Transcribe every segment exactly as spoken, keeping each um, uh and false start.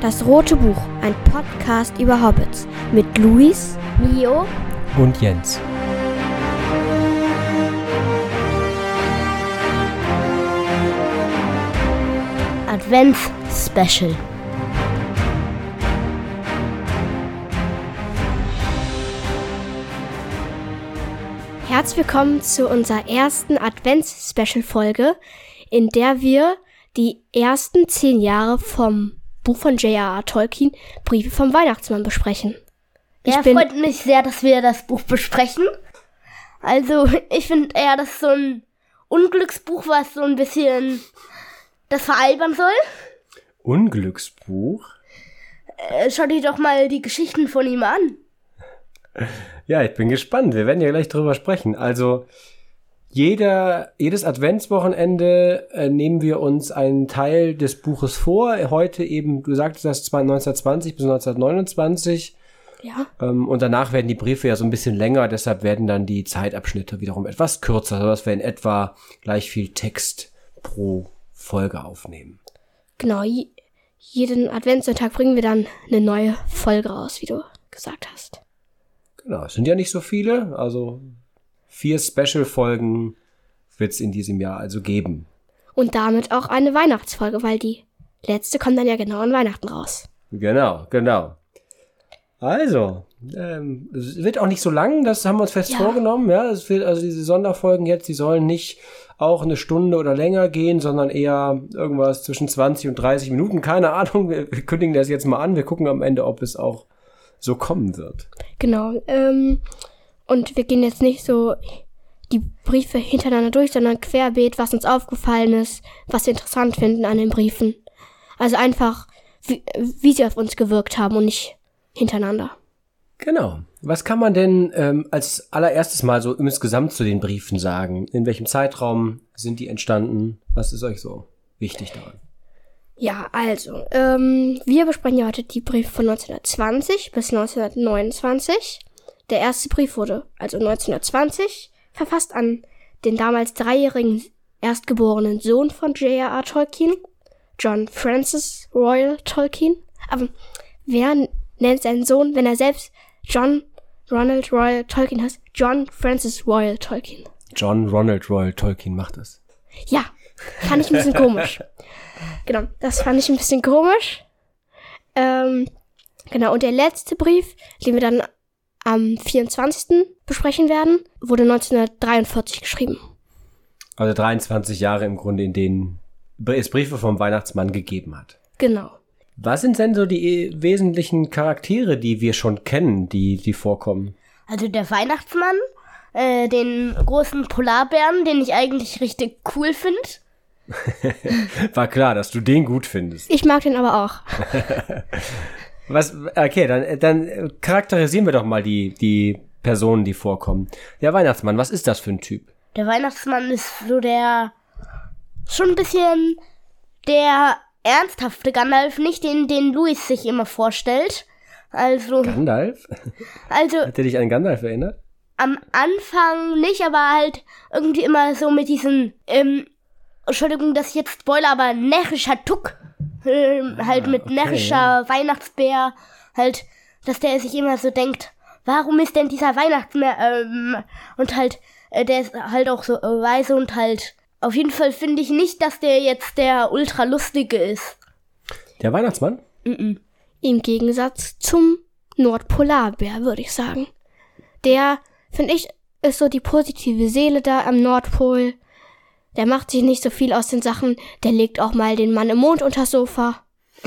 Das Rote Buch, ein Podcast über Hobbits mit Luis, Mio und Jens. Advents-Special. Herzlich willkommen zu unserer ersten Advents-Special-Folge, in der wir die ersten zehn Jahre vom Buch von J R R. Tolkien, Briefe vom Weihnachtsmann, besprechen. Ich ja, bin freut mich sehr, dass wir das Buch besprechen. Also, ich finde eher, das ist so ein Unglücksbuch, was so ein bisschen das veralbern soll. Unglücksbuch? Äh, schau dir doch mal die Geschichten von ihm an. Ja, ich bin gespannt. Wir werden ja gleich drüber sprechen. Also, jeder, jedes Adventswochenende äh, nehmen wir uns einen Teil des Buches vor. Heute eben, du sagtest das neunzehnhundertzwanzig bis neunzehnhundertneunundzwanzig. Ja. Ähm, und danach werden die Briefe ja so ein bisschen länger, deshalb werden dann die Zeitabschnitte wiederum etwas kürzer, sodass wir in etwa gleich viel Text pro Folge aufnehmen. Genau, je, jeden Adventssonntag bringen wir dann eine neue Folge raus, wie du gesagt hast. Genau, es sind ja nicht so viele, also vier Special-Folgen wird es in diesem Jahr also geben. Und damit auch eine Weihnachtsfolge, weil die letzte kommt dann ja genau an Weihnachten raus. Genau, genau. Also, ähm, es wird auch nicht so lang, das haben wir uns fest Ja. vorgenommen. Ja, es wird also diese Sonderfolgen jetzt, die sollen nicht auch eine Stunde oder länger gehen, sondern eher irgendwas zwischen zwanzig und dreißig Minuten. Keine Ahnung, wir, wir kündigen das jetzt mal an. Wir gucken am Ende, ob es auch so kommen wird. Genau, ähm, und wir gehen jetzt nicht so die Briefe hintereinander durch, sondern querbeet, was uns aufgefallen ist, was wir interessant finden an den Briefen. Also einfach, wie, wie sie auf uns gewirkt haben und nicht hintereinander. Genau. Was kann man denn ähm, als allererstes mal so insgesamt zu den Briefen sagen? In welchem Zeitraum sind die entstanden? Was ist euch so wichtig daran? Ja, also, ähm, wir besprechen ja heute die Briefe von neunzehnhundertzwanzig bis neunzehnhundertneunundzwanzig. Der erste Brief wurde also neunzehnhundertzwanzig verfasst an den damals dreijährigen erstgeborenen Sohn von J R R. Tolkien, John Francis Royal Tolkien. Aber wer nennt seinen Sohn, wenn er selbst John Ronald Royal Tolkien heißt? John Francis Royal Tolkien. John Ronald Royal Tolkien macht das. Ja, fand ich ein bisschen komisch. Genau, das fand ich ein bisschen komisch. Ähm, genau, und der letzte Brief, den wir dann am vierundzwanzigsten besprechen werden, wurde neunzehnhundertdreiundvierzig geschrieben. Also dreiundzwanzig Jahre im Grunde, in denen es Briefe vom Weihnachtsmann gegeben hat. Genau. Was sind denn so die wesentlichen Charaktere, die wir schon kennen, die, die vorkommen? Also der Weihnachtsmann, äh, den großen Polarbären, den ich eigentlich richtig cool finde. War klar, dass du den gut findest. Ich mag den aber auch. Was? Okay, dann, dann charakterisieren wir doch mal die, die Personen, die vorkommen. Der Weihnachtsmann, was ist das für ein Typ? Der Weihnachtsmann ist so der, schon ein bisschen der ernsthafte Gandalf, nicht den, den Luis sich immer vorstellt. Also, Gandalf? also Hat der dich an Gandalf erinnert? am Anfang nicht, aber halt irgendwie immer so mit diesen, ähm, Entschuldigung, dass ich jetzt spoiler, aber närrischer Tuck, ähm, halt Ah, mit okay, närrischer ja. Weihnachtsbär, halt, dass der sich immer so denkt, warum ist denn dieser Weihnachtsbär, ähm, und halt, äh, der ist halt auch so äh, weise und halt, auf jeden Fall finde ich nicht, dass der jetzt der ultra lustige ist. Der Weihnachtsmann? Mhm. Im Gegensatz zum Nordpolarbär, würde ich sagen. Der, finde ich, ist so die positive Seele da am Nordpol. Der macht sich nicht so viel aus den Sachen. Der legt auch mal den Mann im Mond unters Sofa.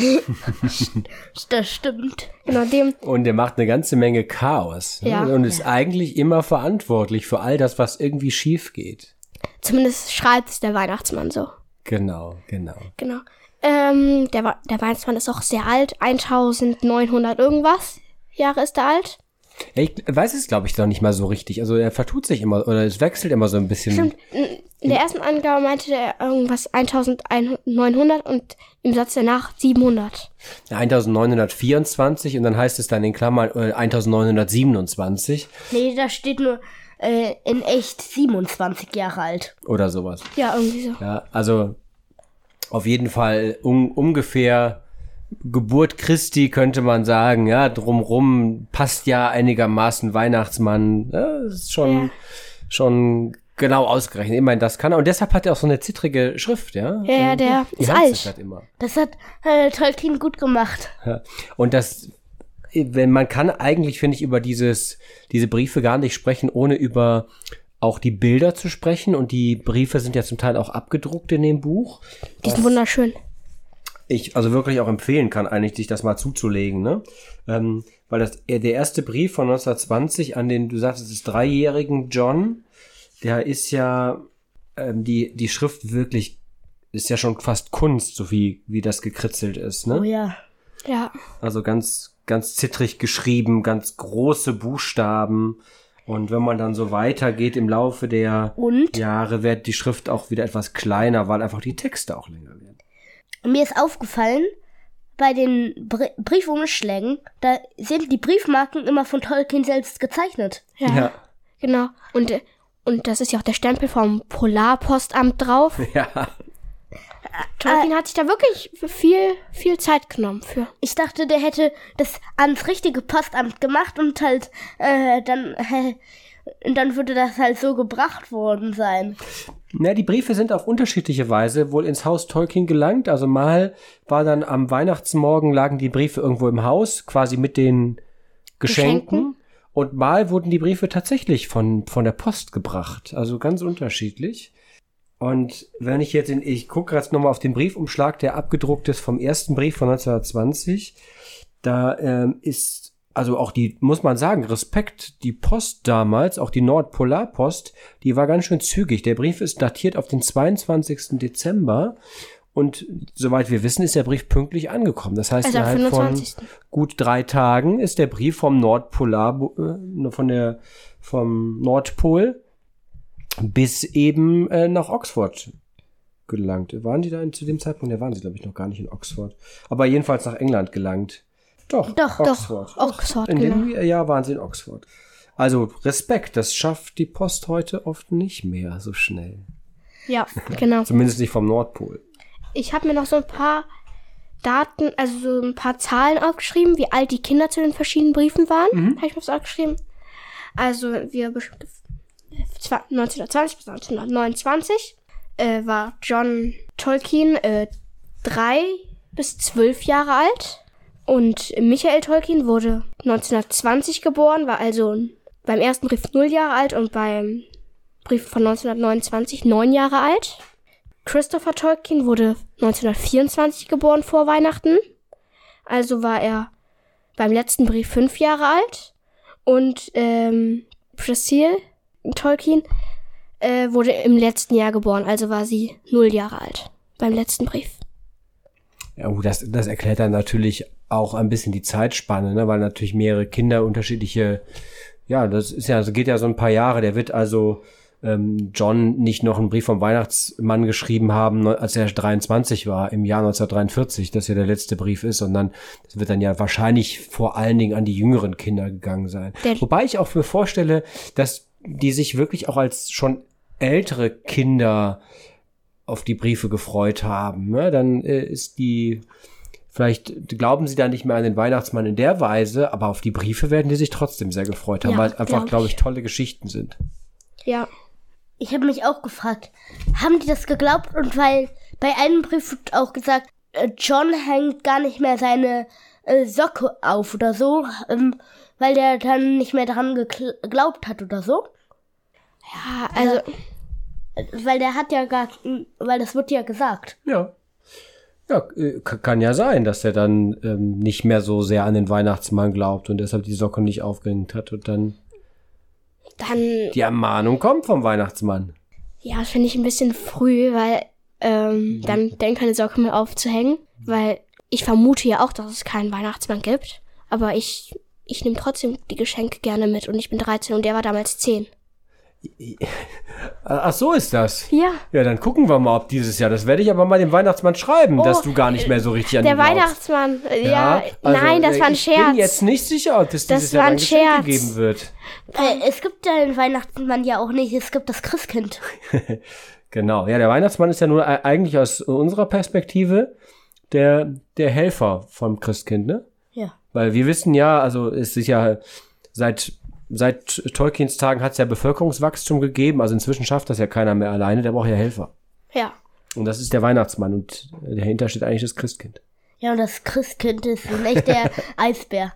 Das stimmt. Genau, dem, Und der macht eine ganze Menge Chaos. Ja. Und ist eigentlich immer verantwortlich für all das, was irgendwie schief geht. zumindest schreibt es der Weihnachtsmann so. Genau, genau. Genau. Ähm, der, Wa- der Weihnachtsmann ist auch sehr alt. eintausendneunhundert irgendwas Jahre ist er alt. Ja, ich weiß es, glaube ich, noch nicht mal so richtig. Also er vertut sich immer, oder es wechselt immer so ein bisschen. Stimmt. In der ersten Angabe meinte er irgendwas eintausendneunhundert und im Satz danach siebenhundert. neunzehnhundertvierundzwanzig und dann heißt es dann in Klammern äh, neunzehnhundertsiebenundzwanzig Nee, da steht nur äh, in echt siebenundzwanzig Jahre alt. oder sowas. Ja, irgendwie so. Ja, also auf jeden Fall un- ungefähr Geburt Christi könnte man sagen, ja, drumrum passt ja einigermaßen Weihnachtsmann. Ja, das ist schon, ja. schon genau ausgerechnet. Ich meine, das kann er. Und deshalb hat er auch so eine zittrige Schrift, ja. Ja, ja, der Die ist heißt alt. es halt immer. Das hat äh, Tolkien gut gemacht. Ja. Und das, wenn man kann eigentlich, finde ich, über dieses, diese Briefe gar nicht sprechen, ohne über auch die Bilder zu sprechen. Und die Briefe sind ja zum Teil auch abgedruckt in dem Buch. Die sind wunderschön. Ich also wirklich auch empfehlen kann, eigentlich sich das mal zuzulegen, ne? Ähm, weil das der erste Brief von neunzehnhundertzwanzig an den, du sagst, es ist dreijährigen John, der ist ja, ähm, die, die Schrift wirklich, ist ja schon fast Kunst, so wie, wie das gekritzelt ist, ne? Oh ja. Ja. Also ganz, ganz zittrig geschrieben, ganz große Buchstaben. Und wenn man dann so weitergeht im Laufe der Und? Jahre, wird die Schrift auch wieder etwas kleiner, weil einfach die Texte auch länger werden. Mir ist aufgefallen, bei den Br- Briefumschlägen, da sind die Briefmarken immer von Tolkien selbst gezeichnet. Ja. Ja. Genau. Und, äh, und das ist ja auch der Stempel vom Polarpostamt drauf. Ja. Tolkien hat sich da wirklich viel, viel Zeit genommen für. Ich dachte, der hätte das ans richtige Postamt gemacht und halt äh, dann äh, und dann würde das halt so gebracht worden sein. Na, die Briefe sind auf unterschiedliche Weise wohl ins Haus Tolkien gelangt. Also mal war dann am Weihnachtsmorgen lagen die Briefe irgendwo im Haus, quasi mit den Geschenken. Geschenken. Und mal wurden die Briefe tatsächlich von, von der Post gebracht. Also ganz unterschiedlich. Und wenn ich jetzt in, ich gucke jetzt nochmal auf den Briefumschlag, der abgedruckt ist vom ersten Brief von neunzehnhundertzwanzig. Da ähm, ist, also auch die, muss man sagen, Respekt, die Post damals, auch die Nordpolarpost, die war ganz schön zügig. Der Brief ist datiert auf den zweiundzwanzigsten Dezember und soweit wir wissen, ist der Brief pünktlich angekommen. Das heißt, Also am innerhalb von fünfundzwanzigsten gut drei Tagen ist der Brief vom Nordpolar, äh, von der, vom Nordpol bis eben äh, nach Oxford gelangt. Waren die da in, zu dem Zeitpunkt? Da waren sie, glaube ich, noch gar nicht in Oxford. Aber jedenfalls nach England gelangt. Doch, Doch, Oxford. doch, Oxford, In genau. dem Jahr waren sie in Oxford. Also Respekt, das schafft die Post heute oft nicht mehr so schnell. Ja, genau. Zumindest nicht vom Nordpol. Ich habe mir noch so ein paar Daten, also so ein paar Zahlen aufgeschrieben, wie alt die Kinder zu den verschiedenen Briefen waren. Mhm. Habe ich mir das aufgeschrieben. Also wir besch- neunzehnhundertzwanzig bis neunzehnhundertneunundzwanzig äh, war John Tolkien äh, drei bis zwölf Jahre alt. Und Michael Tolkien wurde neunzehnhundertzwanzig geboren, war also beim ersten Brief null Jahre alt und beim Brief von neunzehnhundertneunundzwanzig neun Jahre alt. Christopher Tolkien wurde neunzehnhundertvierundzwanzig geboren vor Weihnachten. Also war er beim letzten Brief fünf Jahre alt. Und ähm, Priscilla Tolkien äh, wurde im letzten Jahr geboren, also war sie null Jahre alt beim letzten Brief. Ja, gut, das, das erklärt dann natürlich auch ein bisschen die Zeitspanne, ne? Weil natürlich mehrere Kinder unterschiedliche, ja, das ist ja, das geht ja so ein paar Jahre. Der wird also ähm, John nicht noch einen Brief vom Weihnachtsmann geschrieben haben, als er dreiundzwanzig war, im Jahr neunzehnhundertdreiundvierzig, das ja der letzte Brief ist, sondern das wird dann ja wahrscheinlich vor allen Dingen an die jüngeren Kinder gegangen sein. Der Wobei ich auch mir vorstelle, dass die sich wirklich auch als schon ältere Kinder auf die Briefe gefreut haben. Ne? Dann äh, ist die, vielleicht glauben sie dann nicht mehr an den Weihnachtsmann in der Weise, aber auf die Briefe werden die sich trotzdem sehr gefreut haben, Ja, weil es einfach, glaub glaube ich, ich. tolle Geschichten sind. Ja. Ich habe mich auch gefragt, haben die das geglaubt? Und weil bei einem Brief wird auch gesagt, äh, John hängt gar nicht mehr seine äh, Socke auf oder so, ähm, weil der dann nicht mehr daran gekl- geglaubt hat oder so. Ja, also Äh, Weil der hat ja gar, weil das wird ja gesagt. Ja. Ja, äh, k- kann ja sein, dass er dann ähm, nicht mehr so sehr an den Weihnachtsmann glaubt und deshalb die Socke nicht aufgehängt hat und dann dann, die Ermahnung kommt vom Weihnachtsmann. ja, das finde ich ein bisschen früh, weil ähm, dann dann keine Socke mehr aufzuhängen, weil ich vermute ja auch, dass es keinen Weihnachtsmann gibt, aber ich ich nehme trotzdem die Geschenke gerne mit und ich bin dreizehn und der war damals zehn. Ach, so ist das. Ja. Ja, dann gucken wir mal, ob dieses Jahr. Das werde ich aber mal dem Weihnachtsmann schreiben, Oh, dass du gar nicht mehr so richtig an Der ihn glaubst. Weihnachtsmann, äh, ja, also, nein, das äh, war ein ich Scherz. Ich bin jetzt nicht sicher, ob es Das dieses war Jahr ein ein Geschenk Scherz. geben wird. Äh, es gibt ja den Weihnachtsmann ja auch nicht, es gibt das Christkind. Genau. Ja, der Weihnachtsmann ist ja nur e- eigentlich aus unserer Perspektive der, der Helfer vom Christkind, ne? Ja. Weil wir wissen ja, also es ist ja seit, seit Tolkiens Tagen hat es ja Bevölkerungswachstum gegeben, also inzwischen schafft das ja keiner mehr alleine, der braucht ja Helfer. Ja. Und das ist der Weihnachtsmann und dahinter steht eigentlich das Christkind. Ja, und das Christkind ist nicht der Eisbär.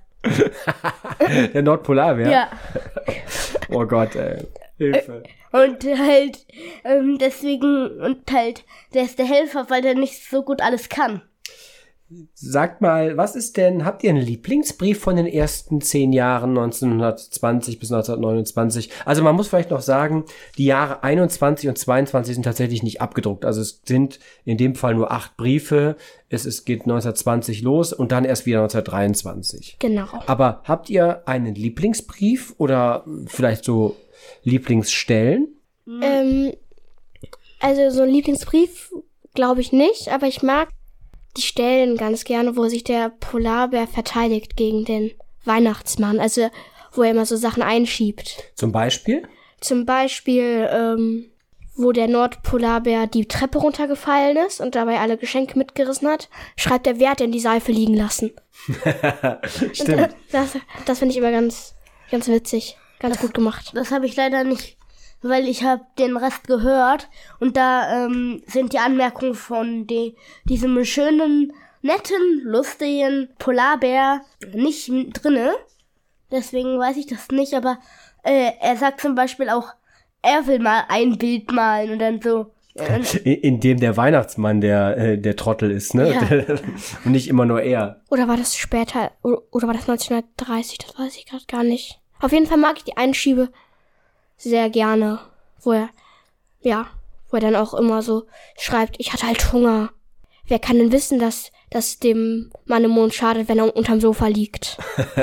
Der Nordpolarbär? Ja. Oh Gott, ey. Hilfe. Und halt, ähm, deswegen, und halt, der ist der Helfer, weil der nicht so gut alles kann. Sagt mal, was ist denn, habt ihr einen Lieblingsbrief von den ersten zehn Jahren neunzehnhundertzwanzig bis neunzehnhundertneunundzwanzig? Also man muss vielleicht noch sagen, die Jahre einundzwanzig und zweiundzwanzig sind tatsächlich nicht abgedruckt. Also es sind in dem Fall nur acht Briefe. Es, es geht neunzehnhundertzwanzig los und dann erst wieder neunzehnhundertdreiundzwanzig. Genau. Aber habt ihr einen Lieblingsbrief oder vielleicht so Lieblingsstellen? Ähm, also so ein Lieblingsbrief glaube ich nicht, aber ich mag die Stellen ganz gerne, wo sich der Polarbär verteidigt gegen den Weihnachtsmann. Also wo er immer so Sachen einschiebt. Zum Beispiel? Zum Beispiel, ähm, wo der Nordpolarbär die Treppe runtergefallen ist und dabei alle Geschenke mitgerissen hat, schreibt er, wer hat denn die Seife liegen lassen? Stimmt. Das, das finde ich immer ganz, ganz witzig. Ganz gut gemacht. Das habe ich leider nicht, weil ich habe den Rest gehört und da ähm, sind die Anmerkungen von de, diesem schönen, netten, lustigen Polarbär nicht drinne. Deswegen weiß ich das nicht, aber äh, er sagt zum Beispiel auch, er will mal ein Bild malen und dann so. Äh, in, in dem der Weihnachtsmann der, äh, der Trottel ist, ne? Ja. Und nicht immer nur er. Oder war das später, oder, oder war das neunzehnhundertdreißig? Das weiß ich gerade gar nicht. Auf jeden Fall mag ich die Einschiebe sehr gerne, wo er, ja, wo er dann auch immer so schreibt, ich hatte halt Hunger. Wer kann denn wissen, dass, dass dem Mann im Mond schadet, wenn er unterm Sofa liegt?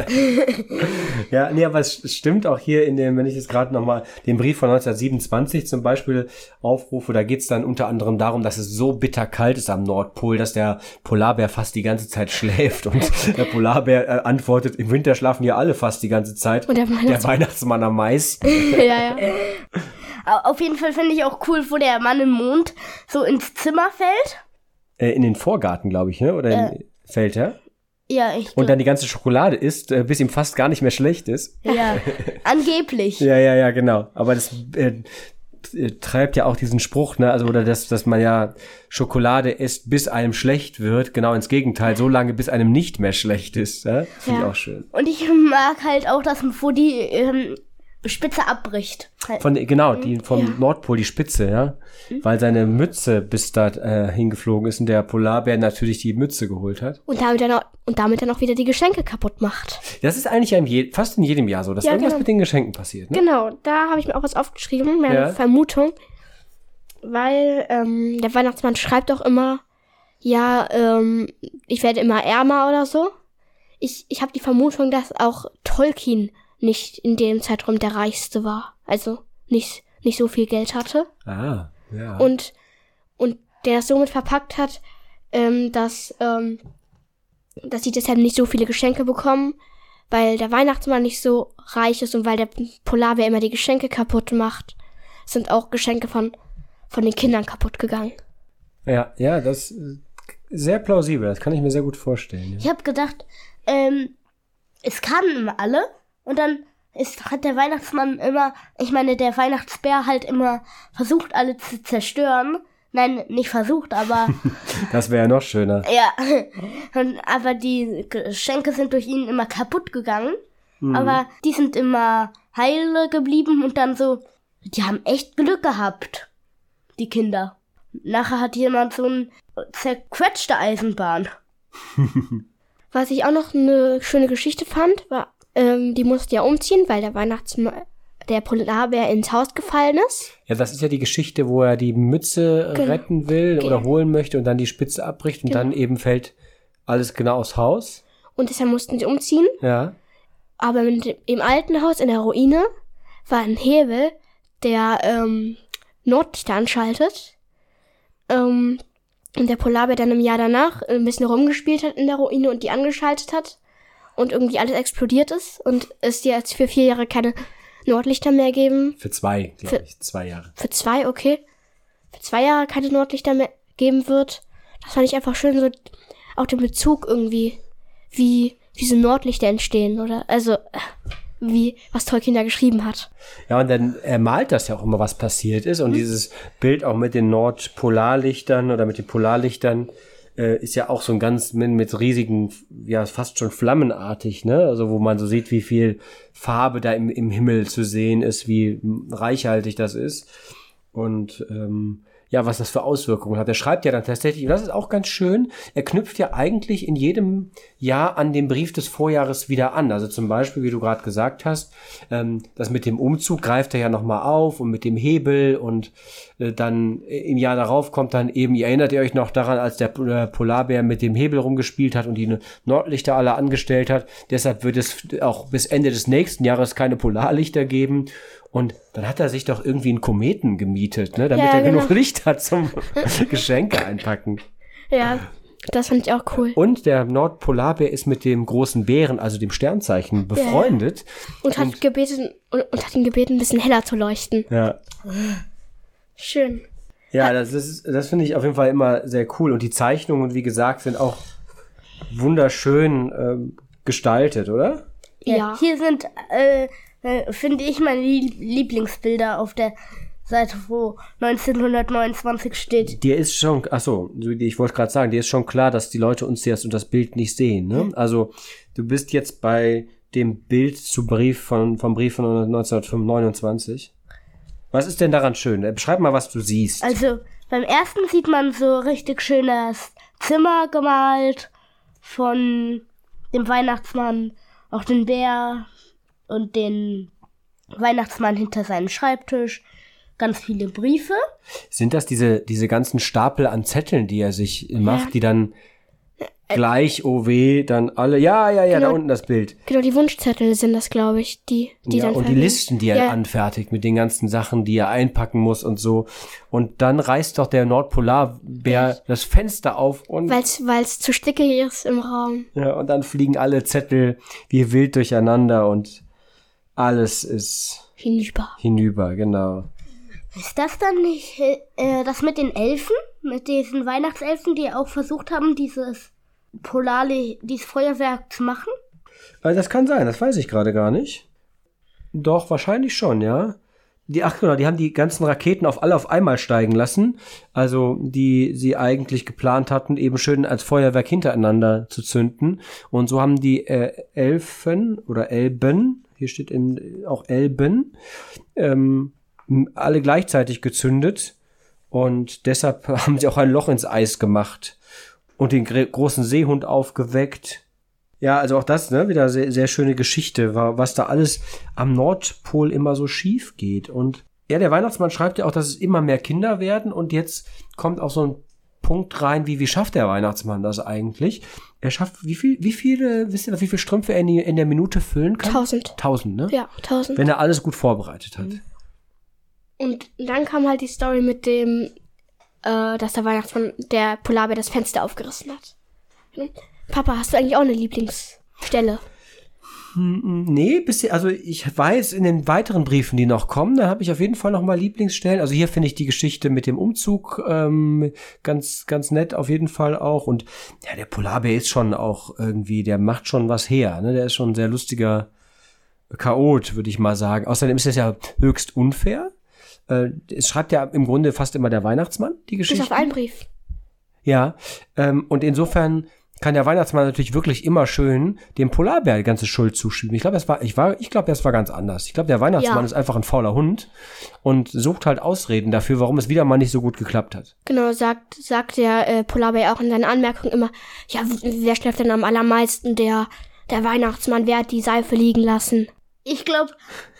Ja, nee, aber es stimmt auch hier in dem, wenn ich jetzt gerade nochmal den Brief von neunzehnhundertsiebenundzwanzig zum Beispiel aufrufe, da geht's dann unter anderem darum, dass es so bitter kalt ist am Nordpol, dass der Polarbär fast die ganze Zeit schläft und der Polarbär äh, antwortet, im Winter schlafen ja alle fast die ganze Zeit. Und der Weihnachtsmann, der Weihnachtsmann am meisten. Ja, ja. auf jeden Fall finde ich auch cool, wo der Mann im Mond so ins Zimmer fällt. Äh, in den Vorgarten, glaube ich, ne? Oder Äh. in, fällt er? Ja, ich Und dann die ganze Schokolade isst, äh, bis ihm fast gar nicht mehr schlecht ist. Ja, angeblich. Ja, ja, ja, genau. Aber das äh, äh, treibt ja auch diesen Spruch, ne? Also, oder das, dass man ja Schokolade isst, bis einem schlecht wird. Genau ins Gegenteil, so lange, bis einem nicht mehr schlecht ist. Ja? Finde ich Ja. auch schön. Und ich mag halt auch, dass wo die ähm, Spitze abbricht. Halt. Von, genau, die vom Ja. Nordpol, die Spitze, ja. Weil seine Mütze bis da äh, hingeflogen ist und der Polarbär natürlich die Mütze geholt hat. Und damit dann auch, und damit dann auch wieder die Geschenke kaputt macht. Das ist eigentlich in je, fast in jedem Jahr so, dass Ja, irgendwas genau. mit den Geschenken passiert, ne? Genau, da habe ich mir auch was aufgeschrieben, meine Ja. Vermutung. Weil ähm, der Weihnachtsmann schreibt auch immer, ja, ähm, ich werde immer ärmer oder so. Ich, ich habe die Vermutung, dass auch Tolkien nicht in dem Zeitraum der Reichste war. Also nicht, nicht so viel Geld hatte. Ah, ja. Und, und der es somit verpackt hat, ähm, dass, ähm, dass sie deshalb nicht so viele Geschenke bekommen, weil der Weihnachtsmann nicht so reich ist und weil der Polarbär immer die Geschenke kaputt macht, sind auch Geschenke von, von den Kindern kaputt gegangen. ja, ja, das ist sehr plausibel, das kann ich mir sehr gut vorstellen. Ich Ja. habe gedacht, ähm, es kamen immer alle und dann ist, hat der Weihnachtsmann immer, ich meine, der Weihnachtsbär halt immer versucht, alle zu zerstören. Nein, nicht versucht, aber Das wäre ja noch schöner. ja. Und, aber die Geschenke sind durch ihn immer kaputt gegangen. Mhm. Aber die sind immer heile geblieben und dann so, die haben echt Glück gehabt, die Kinder. Nachher hat jemand so eine zerquetschte Eisenbahn. Was ich auch noch eine schöne Geschichte fand, war, ähm, die musste ja umziehen, weil der Weihnachtsmann, der Polarbär ins Haus gefallen ist. Ja, das ist ja die Geschichte, wo er die Mütze Genau. retten will Ge- oder holen möchte und dann die Spitze abbricht und Genau. dann eben fällt alles genau aufs Haus. Und deshalb mussten sie umziehen. Ja. Aber mit dem, im alten Haus in der Ruine war ein Hebel, der ähm, Nordlichter anschaltet. Ähm, und der Polarbär dann im Jahr danach ein bisschen rumgespielt hat in der Ruine und die angeschaltet hat. Und irgendwie alles explodiert ist. Und es jetzt für vier Jahre keine Nordlichter mehr geben. Für zwei, glaube Für- ich. Zwei Jahre. Für zwei, okay. Für zwei Jahre keine Nordlichter mehr geben wird. Das fand ich einfach schön, so auch den Bezug irgendwie, wie, wie so Nordlichter entstehen, oder? Also, wie, was Tolkien da geschrieben hat. Ja, und dann er malt das ja auch immer, was passiert ist. Und mhm. dieses Bild auch mit den Nordpolarlichtern oder mit den Polarlichtern äh, ist ja auch so ein ganz mit, mit riesigen, ja, fast schon flammenartig, ne? Also wo man so sieht, wie viel Farbe da im, im Himmel zu sehen ist, wie reichhaltig das ist. Und ähm, ja, was das für Auswirkungen hat. Er schreibt ja dann tatsächlich, und das ist auch ganz schön, er knüpft ja eigentlich in jedem Jahr an den Brief des Vorjahres wieder an. Also zum Beispiel, wie du gerade gesagt hast, ähm, das mit dem Umzug greift er ja nochmal auf und mit dem Hebel und äh, dann im Jahr darauf kommt dann eben, ihr erinnert ihr euch noch daran, als der äh, Polarbär mit dem Hebel rumgespielt hat und die Nordlichter alle angestellt hat. Deshalb wird es auch bis Ende des nächsten Jahres keine Polarlichter geben. Und dann hat er sich doch irgendwie einen Kometen gemietet, ne, damit ja, er genau. genug Licht hat zum Geschenke einpacken. Ja, das fand ich auch cool. Und der Nordpolarbär ist mit dem großen Bären, also dem Sternzeichen, befreundet. Ja. Und hat und, gebeten, und, und hat ihn gebeten, ein bisschen heller zu leuchten. Ja. Schön. Ja, das ist, das finde ich auf jeden Fall immer sehr cool. Und die Zeichnungen, wie gesagt, sind auch wunderschön ähm, gestaltet, oder? Ja. Ja. Hier sind, äh, finde ich, meine Lieblingsbilder auf der Seite, wo neunzehnhundertneunundzwanzig steht. Dir ist schon, ach so, ich wollte gerade sagen, dir ist schon klar, dass die Leute uns jetzt und das Bild nicht sehen, ne? Mhm. Also, du bist jetzt bei dem Bild zu Brief von, vom Brief von neunzehnhundertneunundzwanzig. Was ist denn daran schön? Beschreib mal, was du siehst. Also, beim ersten sieht man so richtig schönes Zimmer gemalt von dem Weihnachtsmann, auch den Bär und den Weihnachtsmann hinter seinem Schreibtisch. Ganz viele Briefe. Sind das diese, diese ganzen Stapel an Zetteln, die er sich macht, ja. die dann gleich, oh weh, dann alle, ja, ja, ja, genau, da unten das Bild. Genau, die Wunschzettel sind das, glaube ich, die, die ja, dann und die Listen, die er ja. anfertigt mit den ganzen Sachen, die er einpacken muss und so. Und dann reißt doch der Nordpolarbär ja. das Fenster auf und... Weil's, weil's zu stickig ist im Raum. Ja, und dann fliegen alle Zettel wie wild durcheinander und alles ist... Hinüber. Hinüber, genau. Ist das dann nicht äh, das mit den Elfen? Mit diesen Weihnachtselfen, die auch versucht haben, dieses Polale, dieses Feuerwerk zu machen? Also das kann sein, das weiß ich gerade gar nicht. Doch, wahrscheinlich schon, ja. Die, ach genau, die haben die ganzen Raketen auf alle auf einmal steigen lassen. Also die sie eigentlich geplant hatten, eben schön als Feuerwerk hintereinander zu zünden. Und so haben die äh, Elfen oder Elben, hier steht in, auch Elben, ähm, alle gleichzeitig gezündet und deshalb haben sie auch ein Loch ins Eis gemacht und den gr- großen Seehund aufgeweckt. Ja, also auch das, ne, wieder sehr, sehr schöne Geschichte, was da alles am Nordpol immer so schief geht. Und ja, der Weihnachtsmann schreibt ja auch, dass es immer mehr Kinder werden und jetzt kommt auch so ein Punkt rein, wie, wie schafft der Weihnachtsmann das eigentlich? Er schafft, wie viel, wie viele, wisst ihr noch, wie viele Strümpfe er in, die, in der Minute füllen kann? Tausend. Tausend, ne? Ja, tausend. Wenn er alles gut vorbereitet hat. Mhm. Und dann kam halt die Story mit dem, äh, dass der Weihnachtsmann, der Polarbär das Fenster aufgerissen hat. Hm? Papa, hast du eigentlich auch eine Lieblingsstelle? Hm, nee, bisher, also ich weiß, in den weiteren Briefen, die noch kommen, da habe ich auf jeden Fall noch mal Lieblingsstellen. Also hier finde ich die Geschichte mit dem Umzug ähm, ganz, ganz nett auf jeden Fall auch. Und ja, der Polarbär ist schon auch irgendwie, der macht schon was her, ne? Der ist schon ein sehr lustiger Chaot, würde ich mal sagen. Außerdem ist das ja höchst unfair. Es schreibt ja im Grunde fast immer der Weihnachtsmann, die Geschichte. Bis auf einen Brief. Ja, ähm, und insofern kann der Weihnachtsmann natürlich wirklich immer schön dem Polarbär die ganze Schuld zuschieben. Ich glaube, das war, ich war, ich glaube, das war ganz anders. Ich glaube, der Weihnachtsmann ja. ist einfach ein fauler Hund und sucht halt Ausreden dafür, warum es wieder mal nicht so gut geklappt hat. Genau, sagt, sagt der äh, Polarbär auch in seinen Anmerkungen immer, ja, wer schläft denn am allermeisten? Der, der Weihnachtsmann, wer hat die Seife liegen lassen? Ich glaube...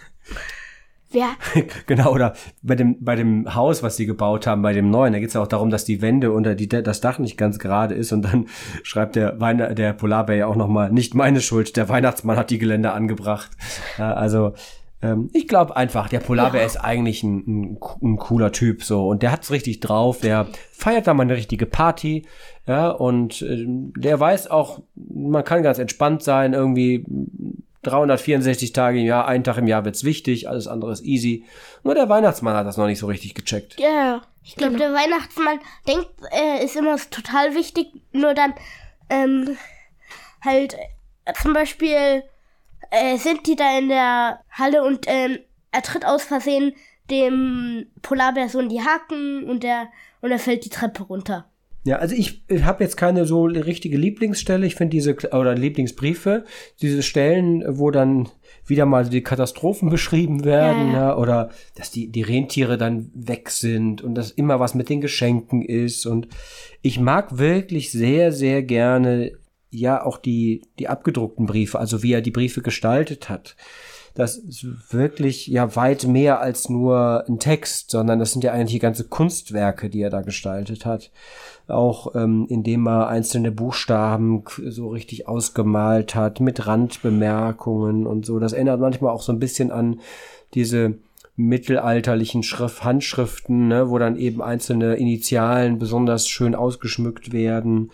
Wer? Genau, oder bei dem, bei dem Haus, was sie gebaut haben, bei dem neuen, da geht es ja auch darum, dass die Wände unter die, das Dach nicht ganz gerade ist und dann schreibt der Weihn- der Polarbär ja auch nochmal, nicht meine Schuld, der Weihnachtsmann hat die Geländer angebracht. Ja, also, ähm, ich glaube einfach, der Polarbär ja. ist eigentlich ein, ein, ein cooler Typ, so, und der hat's richtig drauf, der feiert da mal eine richtige Party, ja, und äh, der weiß auch, man kann ganz entspannt sein, irgendwie, dreihundertvierundsechzig Tage im Jahr, einen Tag im Jahr wird's wichtig, alles andere ist easy. Nur der Weihnachtsmann hat das noch nicht so richtig gecheckt. Ja, yeah. Ich glaube, genau. der Weihnachtsmann denkt, er ist immer total wichtig, nur dann ähm, halt äh, zum Beispiel äh, sind die da in der Halle und ähm, er tritt aus Versehen dem Polarbär so in die Haken und der und er fällt die Treppe runter. Ja, also ich habe jetzt keine so richtige Lieblingsstelle. Ich finde diese, oder Lieblingsbriefe, diese Stellen, wo dann wieder mal die Katastrophen beschrieben werden, Ja, ja. ja, oder dass die, die Rentiere dann weg sind und dass immer was mit den Geschenken ist. Und ich mag wirklich sehr, sehr gerne, ja, auch die, die abgedruckten Briefe, also wie er die Briefe gestaltet hat. Das ist wirklich ja weit mehr als nur ein Text, sondern das sind ja eigentlich ganze Kunstwerke, die er da gestaltet hat. Auch ähm, indem er einzelne Buchstaben so richtig ausgemalt hat, mit Randbemerkungen und so. Das erinnert manchmal auch so ein bisschen an diese mittelalterlichen Schrift, Handschriften, ne, wo dann eben einzelne Initialen besonders schön ausgeschmückt werden.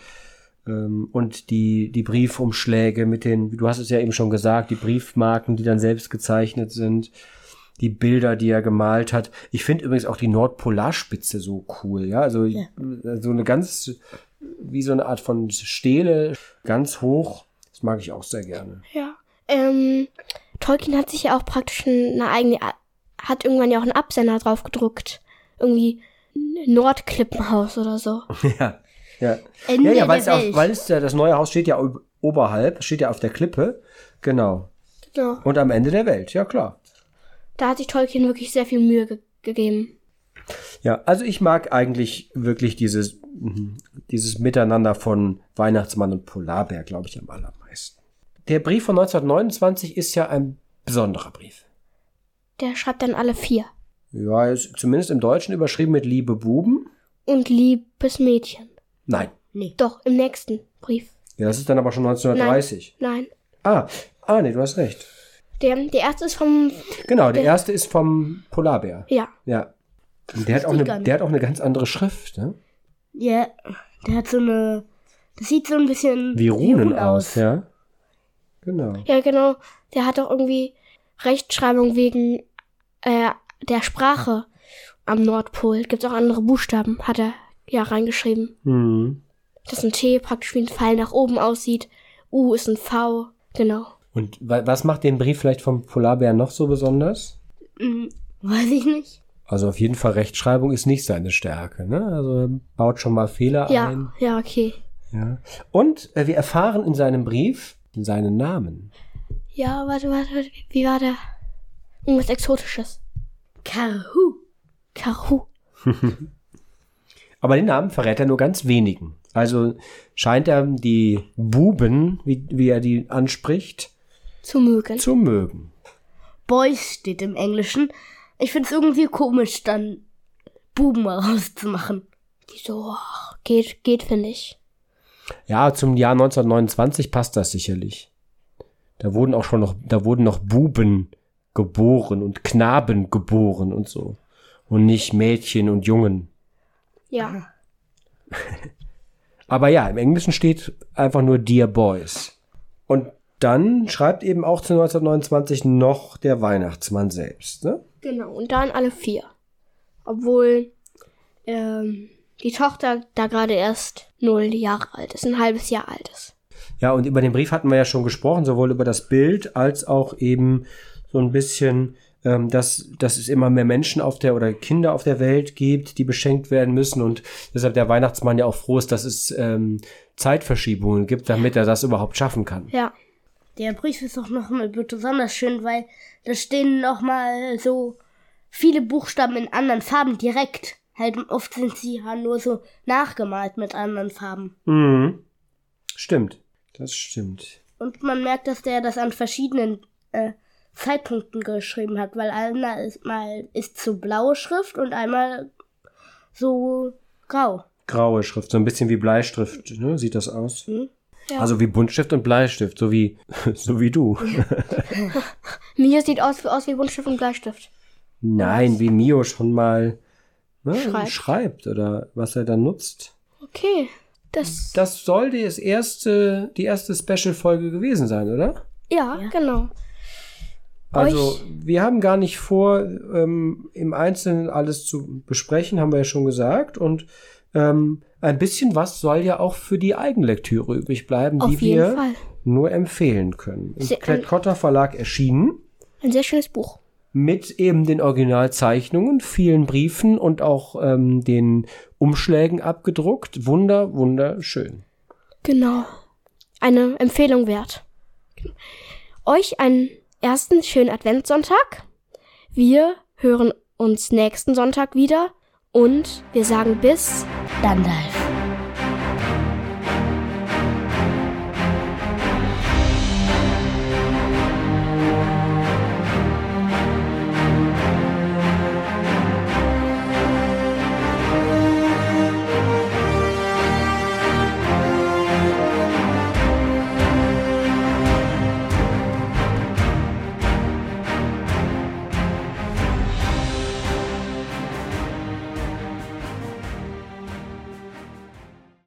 Und die, die Briefumschläge mit den, du hast es ja eben schon gesagt, die Briefmarken, die dann selbst gezeichnet sind, die Bilder, die er gemalt hat. Ich finde übrigens auch die Nordpolarspitze so cool, ja, also ja. So eine ganz, wie so eine Art von Stele, ganz hoch, das mag ich auch sehr gerne. Ja, ähm, Tolkien hat sich ja auch praktisch eine eigene, hat irgendwann ja auch einen Absender drauf gedruckt, irgendwie Nordklippenhaus oder so. Ja. Ja, Ende ja, ja weil der es, auf, weil es das neue Haus steht ja oberhalb, steht ja auf der Klippe, genau. Genau. Und am Ende der Welt, ja klar. Da hat sich Tolkien wirklich sehr viel Mühe ge- gegeben. Ja, also ich mag eigentlich wirklich dieses, dieses Miteinander von Weihnachtsmann und Polarbär, glaube ich, am allermeisten. Der Brief von neunzehnhundertneunundzwanzig ist ja ein besonderer Brief. Der schreibt dann alle vier. Ja, er ist zumindest im Deutschen überschrieben mit Liebe Buben. Und liebes Mädchen. Nein. Nee. Doch, im nächsten Brief. Ja, das ist dann aber schon neunzehnhundertdreißig. Nein. Ah, ah, nee, du hast recht. Der, der erste ist vom... Genau, der Der- erste ist vom Polarbär. Ja. Ja. Und der hat, auch wusste ich eine, gar nicht. der hat auch eine ganz andere Schrift, ne? Ja, der hat so eine, das sieht so ein bisschen Wie Runen aus, ja. Genau. Ja, genau. Der hat doch irgendwie Rechtschreibung wegen äh, der Sprache am Nordpol. Gibt's auch andere Buchstaben, hat er ja reingeschrieben. Hm. Dass ein T praktisch wie ein Pfeil nach oben aussieht. U ist ein V. Genau. Und wa- was macht den Brief vielleicht vom Polarbär noch so besonders? Hm, weiß ich nicht. Also auf jeden Fall Rechtschreibung ist nicht seine Stärke, ne? Also er baut schon mal Fehler Ja, ein. ja, okay. Ja. Und äh, wir erfahren in seinem Brief seinen Namen. Ja, warte, warte, warte. Wie war der? Irgendwas Exotisches. Karhu. Karhu. Aber den Namen verrät er nur ganz wenigen. Also scheint er die Buben, wie, wie er die anspricht, Zu mögen. zu mögen. Boys steht im Englischen. Ich find's irgendwie komisch, dann Buben rauszumachen. Die so, ach, geht, geht, finde ich. Ja, zum Jahr neunzehnhundertneunundzwanzig passt das sicherlich. Da wurden auch schon noch, da wurden noch Buben geboren und Knaben geboren und so. Und nicht Mädchen und Jungen. Ja. Aber ja, im Englischen steht einfach nur Dear Boys. Und dann schreibt eben auch zu neunzehnhundertneunundzwanzig noch der Weihnachtsmann selbst, ne? Genau, und dann alle vier. Obwohl ähm, die Tochter da gerade erst null Jahre alt ist, ein halbes Jahr alt ist. Ja, und über den Brief hatten wir ja schon gesprochen, sowohl über das Bild als auch eben so ein bisschen, ähm, dass, dass es immer mehr Menschen auf der oder Kinder auf der Welt gibt, die beschenkt werden müssen und deshalb der Weihnachtsmann ja auch froh ist, dass es ähm, Zeitverschiebungen gibt, damit er das überhaupt schaffen kann. Ja. Der Brief ist auch noch mal besonders schön, weil da stehen noch mal so viele Buchstaben in anderen Farben direkt. Halt oft sind sie ja nur so nachgemalt mit anderen Farben. Mhm. Stimmt, das stimmt. Und man merkt, dass der das an verschiedenen äh, Zeitpunkten geschrieben hat, weil einmal ist, mal ist so blaue Schrift und einmal so grau. Graue Schrift, so ein bisschen wie Bleistift, ne? Sieht das aus? Mhm. Ja. Also wie Buntstift und Bleistift, so wie, so wie du. Mio sieht aus, aus wie Buntstift und Bleistift. Nein, wie Mio schon mal ne, Schreibt. schreibt oder was er dann nutzt. Okay. Das. Das soll die das erste, die erste Special-Folge gewesen sein, oder? Ja, Ja. genau. Also Euch- wir haben gar nicht vor, ähm, im Einzelnen alles zu besprechen, haben wir ja schon gesagt. Und ähm, ein bisschen was soll ja auch für die Eigenlektüre übrig bleiben, Auf die jeden wir Fall. nur empfehlen können. Im Sehr- Klett-Cotta Verlag erschienen, Ein sehr schönes Buch. mit eben den Originalzeichnungen, vielen Briefen und auch ähm, den Umschlägen abgedruckt. Wunder, wunderschön. Genau. Eine Empfehlung wert. Euch einen ersten schönen Adventssonntag. Wir hören uns nächsten Sonntag wieder und wir sagen bis Gandalf.